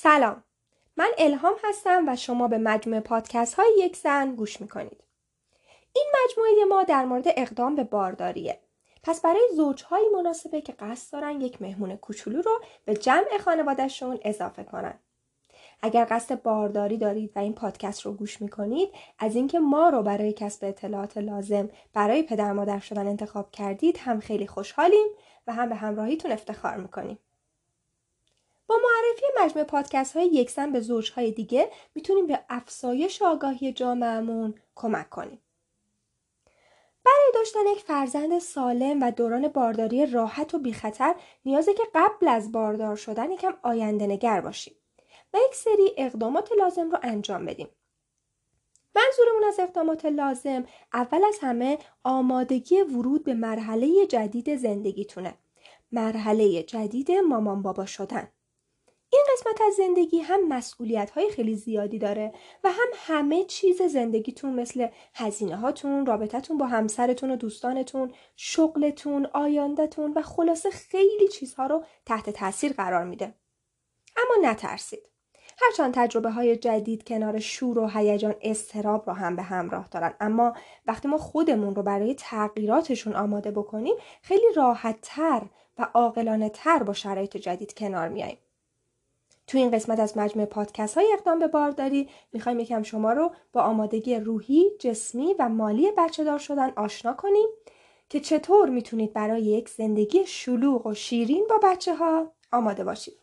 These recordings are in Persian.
سلام، من الهام هستم و شما به مجموعه پادکست های یک زن گوش میکنید. این مجموعه ما در مورد اقدام به بارداریه. پس برای زوجهایی مناسبه که قصد دارن یک مهمون کوچولو رو به جمع خانوادهشون اضافه کنن. اگر قصد بارداری دارید و این پادکست رو گوش میکنید، از اینکه ما رو برای کسب اطلاعات لازم برای پدر مادر شدن انتخاب کردید هم خیلی خوشحالیم و هم به همراهیتون افتخار میکنیم. با معرفی مجموعه پادکست های یک زن به زوجهای دیگه میتونیم به افزایش آگاهی جامعهمون کمک کنیم. برای داشتن یک فرزند سالم و دوران بارداری راحت و بی خطر نیازه که قبل از باردار شدن یکم آینده نگر باشیم و یک سری اقدامات لازم رو انجام بدیم. منظورمون از اقدامات لازم اول از همه آمادگی ورود به مرحله جدید زندگیتونه. مرحله جدید مامان بابا شدن. این قسمت از زندگی هم مسئولیت‌های خیلی زیادی داره و هم همه چیز زندگیتون مثل هزینه هاتون، رابطتون با همسرتون و دوستانتون، شغلتون، آیندهتون و خلاصه خیلی چیزها رو تحت تاثیر قرار میده. اما نترسید. هرچند تجربه‌های جدید کنار شور و هیجان اضطراب رو هم به همراه دارن، اما وقتی ما خودمون رو برای تغییراتشون آماده بکنیم، خیلی راحت‌تر و عاقلانه‌تر با شرایط جدید کنار میاییم. تو این قسمت از مجموعه پادکست های اقدام به بارداری میخوایم یکم شما رو با آمادگی روحی، جسمی و مالی بچه دار شدن آشنا کنیم که چطور میتونید برای یک زندگی شلوغ و شیرین با بچه ها آماده باشید.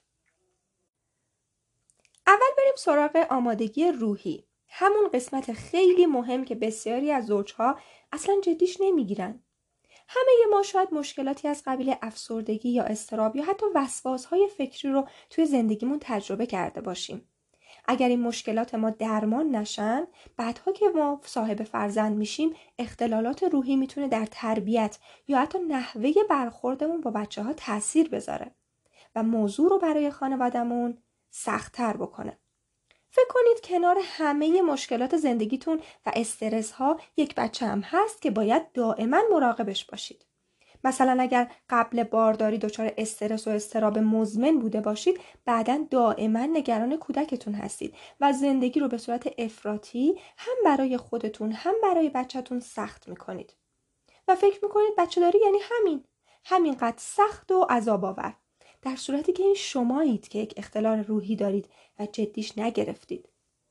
اول بریم سراغ آمادگی روحی. همون قسمت خیلی مهم که بسیاری از زوجها اصلا جدیش نمیگیرن. همه ما شاید مشکلاتی از قبیل افسردگی یا اضطراب یا حتی وسواس‌های فکری رو توی زندگیمون تجربه کرده باشیم. اگر این مشکلات ما درمان نشن، بعدها که ما صاحب فرزند میشیم، اختلالات روحی میتونه در تربیت یا حتی نحوه برخوردمون با بچه‌ها تأثیر بذاره و موضوع رو برای خانواده‌مون سخت‌تر بکنه. فکر کنید کنار همه مشکلات زندگیتون و استرس ها یک بچه هم هست که باید دائما مراقبش باشید. مثلا اگر قبل بارداری دچار استرس و اضطراب مزمن بوده باشید، بعداً دائما نگران کودکتون هستید و زندگی رو به صورت افراطی هم برای خودتون هم برای بچه‌تون سخت میکنید. و فکر میکنید بچه داری یعنی همینقدر سخت و عذاب آور. در صورتی که این شمایید که یک اختلال روحی دارید و جدیش نگرفتید.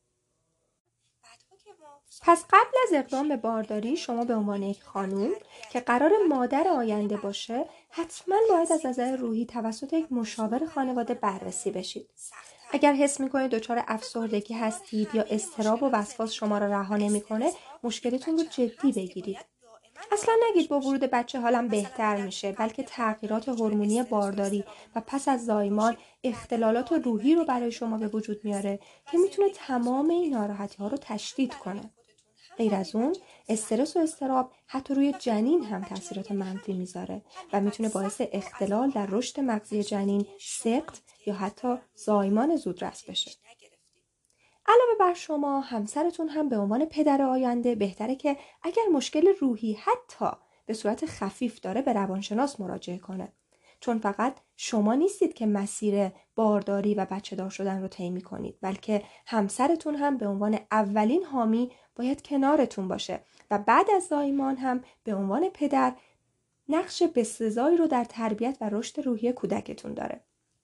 پس قبل از اقدام به بارداری شما به عنوان یک خانوم که قرار مادر آینده باشه حتما باید از نظر روحی توسط یک مشاور خانواده بررسی بشید. اگر حس میکنید دچار افسردگی هستید یا اضطراب و وسواس شما را رها نمیکنه، مشکلتون رو جدی بگیرید. اصلا نگید با ورود بچه حالم بهتر میشه، بلکه تغییرات هورمونی بارداری و پس از زایمان اختلالات روحی رو برای شما به وجود میاره که میتونه تمام این ناراحتی ها رو تشدید کنه. غیر از اون، استرس و اضطراب حتی روی جنین هم تاثیرات منفی میذاره و میتونه باعث اختلال در رشد مغزی جنین، سقط یا حتی زایمان زودرس بشه. علاوه بر شما، همسرتون هم به عنوان پدر آینده بهتره که اگر مشکل روحی حتی به صورت خفیف داره به روانشناس مراجعه کنه. چون فقط شما نیستید که مسیر بارداری و بچه دار شدن رو طی می‌کنید، بلکه همسرتون هم به عنوان اولین حامی باید کنارتون باشه و بعد از زایمان هم به عنوان پدر نقش بسزایی رو در تربیت و رشد روحی کودکتون داره.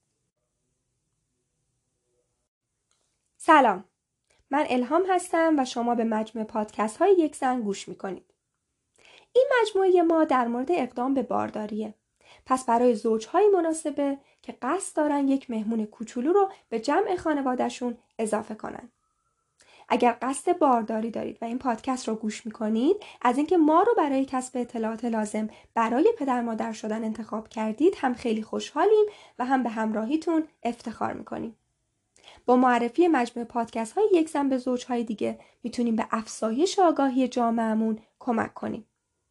سلام، من الهام هستم و شما به مجموعه پادکست های یک زن گوش میکنید. این مجموعه ما در مورد اقدام به بارداریه. پس برای زوجهای مناسبه که قصد دارن یک مهمون کوچولو رو به جمع خانوادهشون اضافه کنن. اگر قصد بارداری دارید و این پادکست رو گوش میکنید، از اینکه ما رو برای کسب اطلاعات لازم برای پدر مادر شدن انتخاب کردید هم خیلی خوشحالیم و هم به همراهیتون افتخار میکنیم. با معرفی مجموعه پادکست های یک زن به زوجهای دیگه میتونیم به افزایش آگاهی جامعهمون کمک کنیم.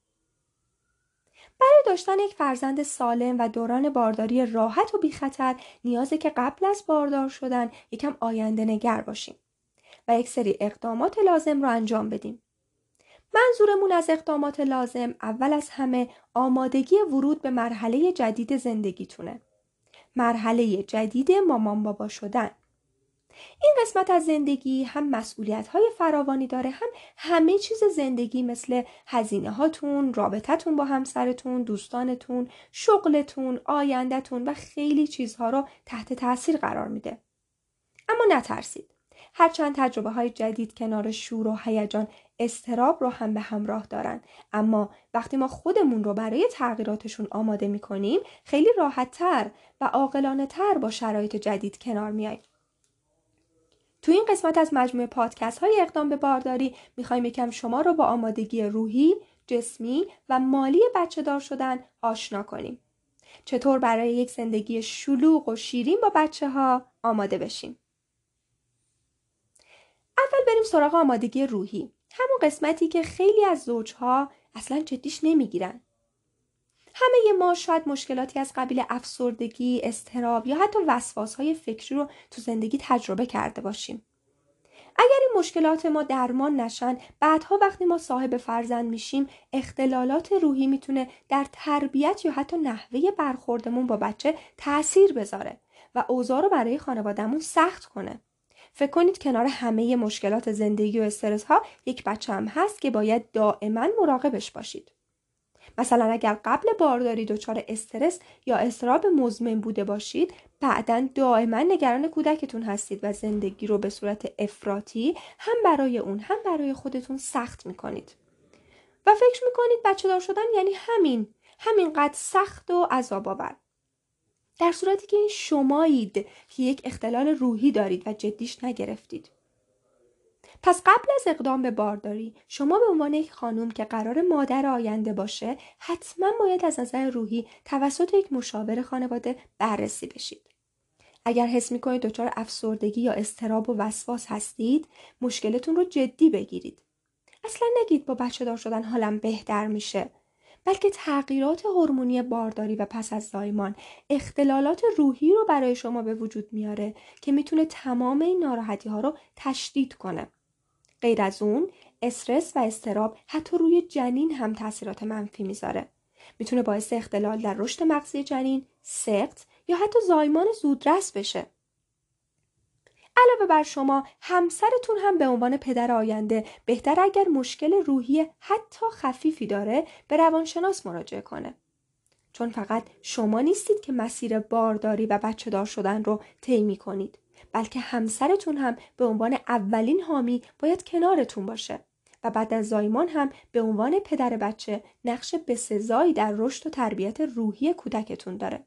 برای داشتن یک فرزند سالم و دوران بارداری راحت و بی خطر نیازه که قبل از باردار شدن یکم آینده نگر باشیم و یک سری اقدامات لازم رو انجام بدیم. منظورمون از اقدامات لازم اول از همه آمادگی ورود به مرحله جدید زندگیتونه. مرحله جدید مامان بابا شدن. این قسمت از زندگی هم مسئولیت‌های فراوانی داره، هم همه چیز زندگی مثل هزینه هاتون، رابطتون با همسرتون، دوستانتون، شغلتون، آیندهتون و خیلی چیزها رو تحت تاثیر قرار میده. اما نترسید. هرچند تجربه های جدید کنار شور و هیجان اضطراب رو هم به همراه دارن، اما وقتی ما خودمون رو برای تغییراتشون آماده می‌کنیم، خیلی راحت‌تر و عاقلانه‌تر با شرایط جدید کنار میاییم. تو این قسمت از مجموعه پادکست های اقدام به بارداری میخوایم یکم شما رو با آمادگی روحی، جسمی و مالی بچه دار شدن آشنا کنیم. چطور برای یک زندگی شلوغ و شیرین با بچه ها آماده بشیم. اول بریم سراغ آمادگی روحی. همون قسمتی که خیلی از زوجها اصلا جدیش نمیگیرن. همه ما شاید مشکلاتی از قبیل افسردگی، اضطراب یا حتی وسواس‌های فکری رو تو زندگی تجربه کرده باشیم. اگر این مشکلات ما درمان نشن، بعدها وقتی ما صاحب فرزند میشیم، اختلالات روحی میتونه در تربیت یا حتی نحوه برخوردمون با بچه تأثیر بذاره و اوضاع رو برای خانوادهمون سخت کنه. فکر کنید کنار همه مشکلات زندگی و استرس ها یک بچه هم هست که باید دائما مراقبش باشید. مثلا اگر قبل بارداری دچار استرس یا اضطراب مزمن بوده باشید، بعداً دائما نگران کودکتون هستید و زندگی رو به صورت افراطی هم برای اون هم برای خودتون سخت میکنید. و فکر میکنید بچه دار شدن یعنی همینقدر سخت و عذاب آور. در صورتی که این شمایید که یک اختلال روحی دارید و جدیش نگرفتید. پس قبل از اقدام به بارداری، شما به عنوان یک خانم که قرار مادر آینده باشه، حتما باید از نظر روحی توسط یک مشاور خانواده بررسی بشید. اگر حس می‌کنید دچار افسردگی یا اضطراب و وسواس هستید، مشکلتون رو جدی بگیرید. اصلا نگید با بچه دار شدن حالم بهتر میشه، بلکه تغییرات هورمونی بارداری و پس از زایمان اختلالات روحی رو برای شما به وجود میاره که میتونه تمام این ناراحتی‌ها رو تشدید کنه. غیر از اون، استرس و اضطراب حتی روی جنین هم تاثیرات منفی میذاره. میتونه باعث اختلال در رشد مغزی جنین، سقط یا حتی زایمان زودرس بشه. علاوه بر شما، همسرتون هم به عنوان پدر آینده بهتر اگر مشکل روحی حتی خفیفی داره به روانشناس مراجعه کنه. چون فقط شما نیستید که مسیر بارداری و بچه دار شدن رو طی می‌کنید، بلکه همسرتون هم به عنوان اولین حامی باید کنارتون باشه و بعد از زایمان هم به عنوان پدر بچه نقش بسزایی در رشد و تربیت روحی کودکتون داره.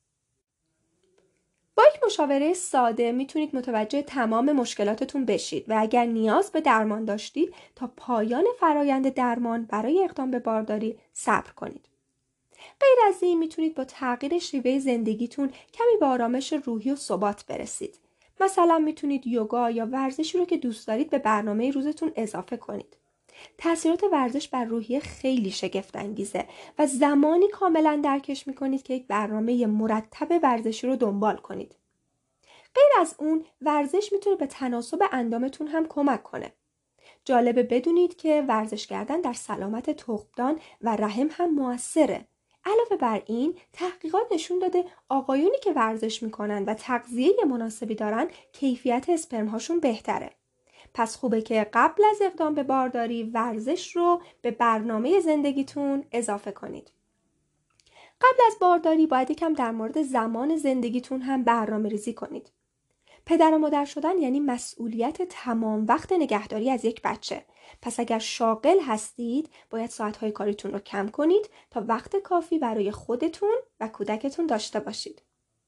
با یک مشاوره ساده میتونید متوجه تمام مشکلاتتون بشید و اگر نیاز به درمان داشتید تا پایان فرایند درمان برای اقدام به بارداری صبر کنید. غیر از این میتونید با تغییر شیوه زندگیتون کمی به آرامش روحی و ثبات برسید. مثلا میتونید یوگا یا ورزشی رو که دوست دارید به برنامه روزتون اضافه کنید. تأثیرات ورزش بر روحیه خیلی شگفت انگیزه و زمانی کاملا درکش میکنید که یک برنامه مرتب ورزشی رو دنبال کنید. غیر از اون، ورزش میتونه به تناسب اندامتون هم کمک کنه. جالبه بدونید که ورزش کردن در سلامت تخمدان و رحم هم موثره. علاوه بر این، تحقیقات نشون داده آقایونی که ورزش میکنن و تغذیه مناسبی دارن کیفیت اسپرم هاشون بهتره. پس خوبه که قبل از اقدام به بارداری ورزش رو به برنامه زندگیتون اضافه کنید. قبل از بارداری باید یکم در مورد زمان زندگیتون هم برنامه‌ریزی کنید. پدر و مادر شدن یعنی مسئولیت تمام وقت نگهداری از یک بچه. پس اگر شاغل هستید، باید ساعتهای کاریتون رو کم کنید تا وقت کافی برای خودتون و کودکتون داشته باشید.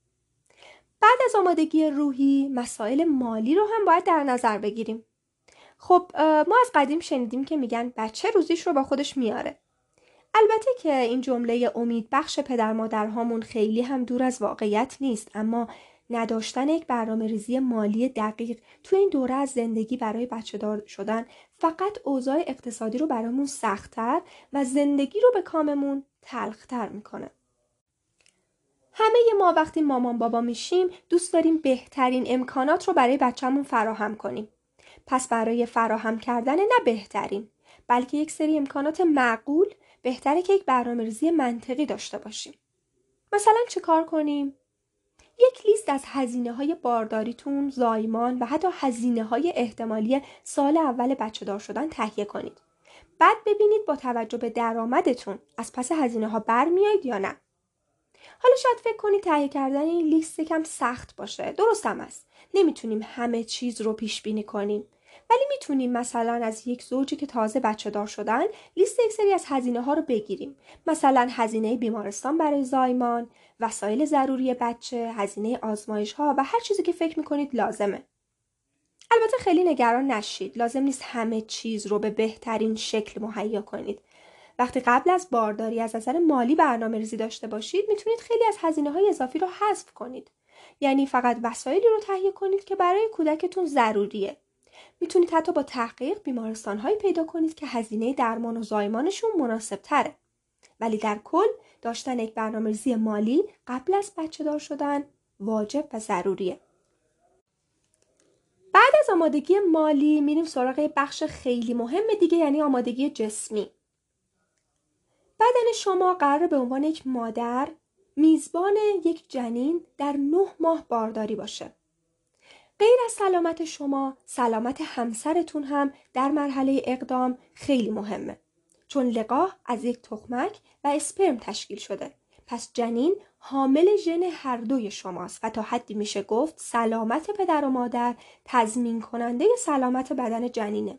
بعد از آمادگی روحی، مسائل مالی رو هم باید در نظر بگیریم. خب ما از قدیم شنیدیم که میگن بچه روزیش رو با خودش میاره. البته که این جمله امید بخش پدر مادرهامون خیلی هم دور از واقعیت نیست، اما نداشتن یک برنامه‌ریزی مالی دقیق تو این دوره از زندگی برای بچه دار شدن فقط اوضاع اقتصادی رو برامون سخت‌تر و زندگی رو به کاممون تلخ‌تر میکنه. همه ما وقتی مامان بابا میشیم دوست داریم بهترین امکانات رو برای بچه‌مون فراهم کنیم. پس برای فراهم کردن نه بهترین، بلکه یک سری امکانات معقول، بهتره که یک برنامه‌ریزی منطقی داشته باشیم. مثلا چه کار کنیم؟ یک لیست از هزینه‌های بارداریتون، زایمان و حتی هزینه‌های احتمالی سال اول بچه‌دار شدن تهیه کنید. بعد ببینید با توجه به درآمدتون از پس هزینه‌ها برمیایید یا نه. حالا شاید فکر کنید تهیه کردن این لیست کم سخت باشه. درست هم است. نمیتونیم همه چیز رو پیش بینی کنیم. ولی میتونیم مثلا از یک زوجی که تازه بچه دار شدن لیست یک سری از هزینه ها رو بگیریم. مثلا هزینه بیمارستان برای زایمان، وسایل ضروری بچه، هزینه آزمایش ها و هر چیزی که فکر میکنید لازمه. البته خیلی نگران نشید. لازم نیست همه چیز رو به بهترین شکل مهیا کنید. وقتی قبل از بارداری از نظر مالی برنامه‌ریزی داشته باشید، میتونید خیلی از هزینه‌های اضافی رو حذف کنید. یعنی فقط وسایلی رو تهیه کنید که برای کودکتون ضروریه. میتونید حتی با تحقیق بیمارستان‌هایی پیدا کنید که هزینه درمان و زایمانشون مناسب‌تره. ولی در کل داشتن یک برنامه‌ریزی مالی قبل از بچه‌دار شدن واجب و ضروریه. بعد از آمادگی مالی میریم سراغ بخش خیلی مهم دیگه، یعنی آمادگی جسمی. بدن شما قراره به عنوان یک مادر میزبان یک جنین در 9 ماه بارداری باشه. غیر از سلامت شما، سلامت همسرتون هم در مرحله اقدام خیلی مهمه. چون لقاح از یک تخمک و اسپرم تشکیل شده. پس جنین حامل ژن هر دوی شماست و تا حدی میشه گفت سلامت پدر و مادر تضمین کننده سلامت بدن جنینه.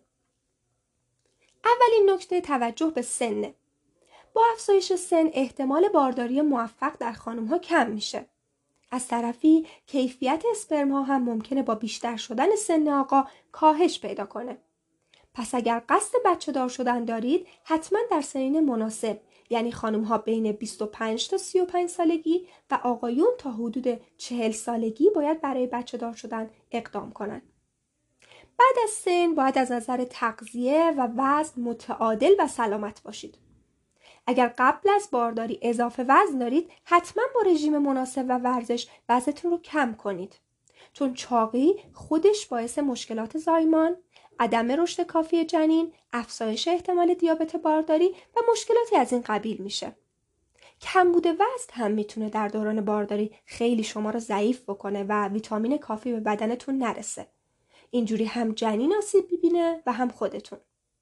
اولین نکته توجه به سنه. با افزایش سن احتمال بارداری موفق در خانم‌ها کم میشه. از طرفی کیفیت اسپرم ها هم ممکنه با بیشتر شدن سن آقا کاهش پیدا کنه. پس اگر قصد بچه دار شدن دارید حتما در سنین مناسب، یعنی خانم‌ها بین 25 تا 35 سالگی و آقایون تا حدود 40 سالگی باید برای بچه دار شدن اقدام کنند. بعد از سن باید از نظر تغذیه و وزن متعادل و سلامت باشید. اگر قبل از بارداری اضافه وزن دارید حتما با رژیم مناسب و ورزش وزنتون رو کم کنید. چون چاقی خودش باعث مشکلات زایمان، عدم رشد کافی جنین، افزایش احتمال دیابت بارداری و مشکلاتی از این قبیل میشه. کمبود وزن هم میتونه در دوران بارداری خیلی شما رو ضعیف بکنه و ویتامین کافی به بدنتون نرسه. اینجوری هم جنین آسیب میبینه و هم خودتون.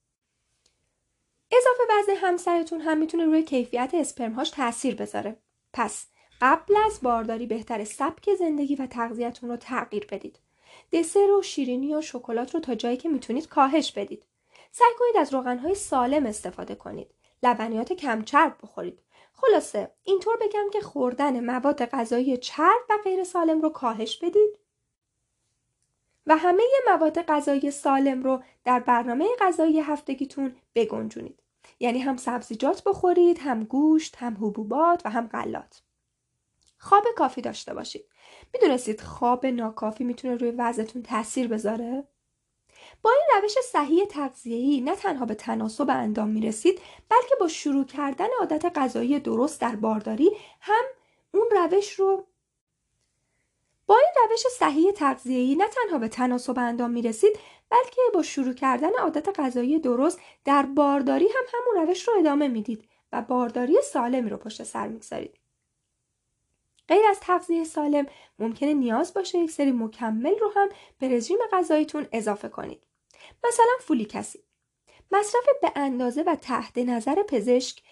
اضافه وزن همسرتون هم میتونه روی کیفیت اسپرم‌هاش تأثیر بذاره. پس قبل از بارداری بهتره سبک زندگی و تغذیه‌تون رو تغییر بدید. دسر و شیرینی و شکلات رو تا جایی که میتونید کاهش بدید. سعی کنید از روغن‌های سالم استفاده کنید. لبنیات کم چرب بخورید. خلاصه اینطور بگم که خوردن مواد غذایی چرب و غیر سالم رو کاهش بدید و همه مواد غذایی سالم رو در برنامه غذایی هفتگیتون بگنجونید. یعنی هم سبزیجات بخورید، هم گوشت، هم حبوبات و هم غلات. خواب کافی داشته باشید. میدونستید خواب ناکافی میتونه روی وزنتون تاثیر بذاره؟ با این روش صحیح تغذیه‌ای نه تنها به تناسب اندام میرسید، بلکه با شروع کردن عادت غذایی درست در بارداری هم اون روش رو با این روش صحیح تغذیه‌ای نه تنها به تناسب اندام میرسید، بلکه با شروع کردن عادت غذایی درست در بارداری هم همون روش رو ادامه میدید و بارداری سالمی رو پشت سر میگذارید. غیر از تغذیه سالم ممکنه نیاز باشه یک سری مکمل رو هم به رژیم غذاییتون اضافه کنید. مثلا فولیک اسید. مصرف به اندازه و تحت نظر پزشک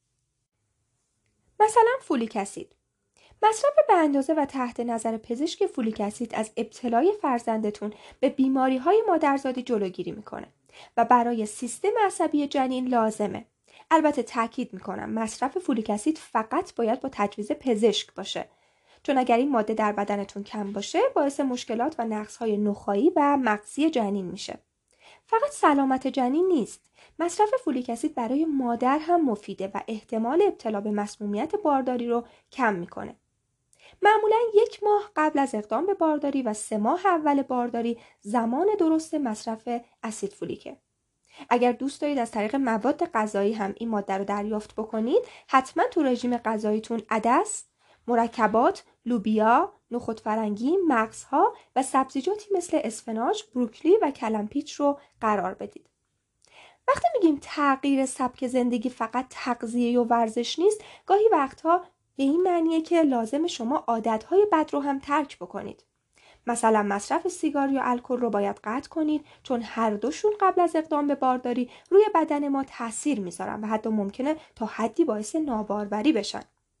مصرف به اندازه و تحت نظر پزشک فولیک اسید از ابتلای فرزندتون به بیماری‌های مادرزادی جلوگیری میکنه و برای سیستم عصبی جنین لازمه. البته تاکید میکنم مصرف فولیک اسید فقط باید با تجویز پزشک باشه، چون اگر این ماده در بدنتون کم باشه باعث مشکلات و نقص‌های نخاعی و مغزی جنین میشه. فقط سلامت جنین نیست، مصرف فولیک اسید برای مادر هم مفیده و احتمال ابتلا به مسمومیت بارداری رو کم میکنه. معمولاً 1 ماه قبل از اقدام به بارداری و 3 ماه اول بارداری زمان درست مصرف اسید فولیکه. اگر دوست دارید از طریق مواد غذایی هم این ماده رو دریافت بکنید، حتما تو رژیم غذاییتون عدس، مرکبات، لوبیا، نخود فرنگی، مغزها و سبزیجاتی مثل اسفناج، بروکلی و کلم‌پیچ رو قرار بدید. وقتی میگیم تغییر سبک زندگی فقط تغذیه و ورزش نیست، گاهی وقتها به این معنیه که لازم شما عادتهای بد رو هم ترک بکنید. مثلا مصرف سیگار یا الکل رو باید قطع کنید، چون هر دوشون قبل از اقدام به بارداری روی بدن ما تاثیر میذارن و حتی ممکنه تا حدی باعث ناباروری بشن.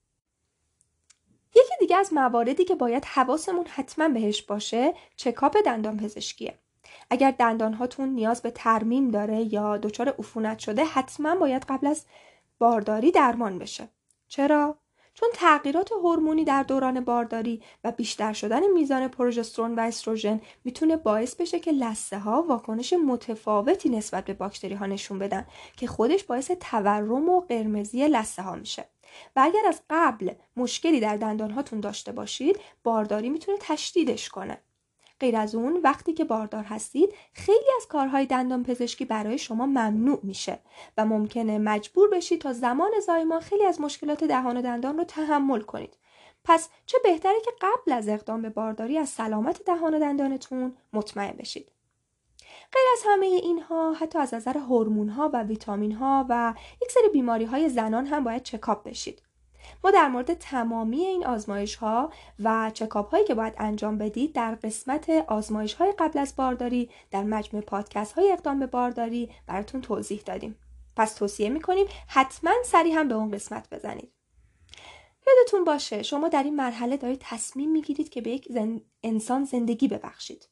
یکی دیگه از مواردی که باید حواسمون حتما بهش باشه چکاپ دندان پزشکیه. اگر دندانهاتون نیاز به ترمیم داره یا دچار عفونت شده، حتما باید قبل از بارداری درمان بشه. چرا؟ چون تغییرات هورمونی در دوران بارداری و بیشتر شدن میزان پروژسترون و استروژن میتونه باعث بشه که لثه ها واکنش متفاوتی نسبت به باکتری ها نشون بدن که خودش باعث تورم و قرمزی لثه ها میشه. و اگر از قبل مشکلی در دندان هاتون داشته باشید، بارداری میتونه تشدیدش کنه. غیر از اون، وقتی که باردار هستید، خیلی از کارهای دندان پزشکی برای شما ممنوع میشه و ممکنه مجبور بشید تا زمان زایمان خیلی از مشکلات دهان و دندان رو تحمل کنید. پس چه بهتره که قبل از اقدام به بارداری از سلامت دهان و دندانتون مطمئن بشید. غیر از همه اینها، حتی از نظر هورمون‌ها و ویتامین‌ها و یک سری بیماری‌های زنان هم باید چکاپ بشید. ما در مورد تمامی این آزمایش‌ها و چکاپ‌هایی که باید انجام بدید در قسمت آزمایش‌های قبل از بارداری در مجموعه پادکست‌های اقدام به بارداری براتون توضیح دادیم. پس توصیه می‌کنیم حتما سری هم به اون قسمت بزنید. یادتون باشه شما در این مرحله دارید تصمیم می‌گیرید که به یک انسان زندگی ببخشید.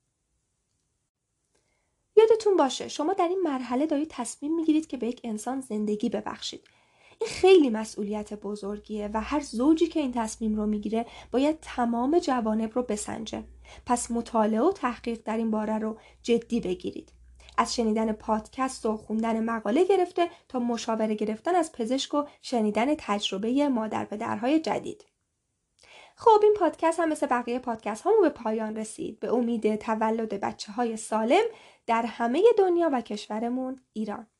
این خیلی مسئولیت بزرگیه و هر زوجی که این تصمیم رو میگیره باید تمام جوانب رو بسنجه. پس مطالعه و تحقیق در این باره رو جدی بگیرید. از شنیدن پادکست و خوندن مقاله گرفته تا مشاوره گرفتن از پزشک و شنیدن تجربه مادر پدرهای جدید. خب این پادکست هم مثل بقیه پادکست هامون به پایان رسید. به امید تولد بچه‌های سالم در همه دنیا و کشورمون ایران.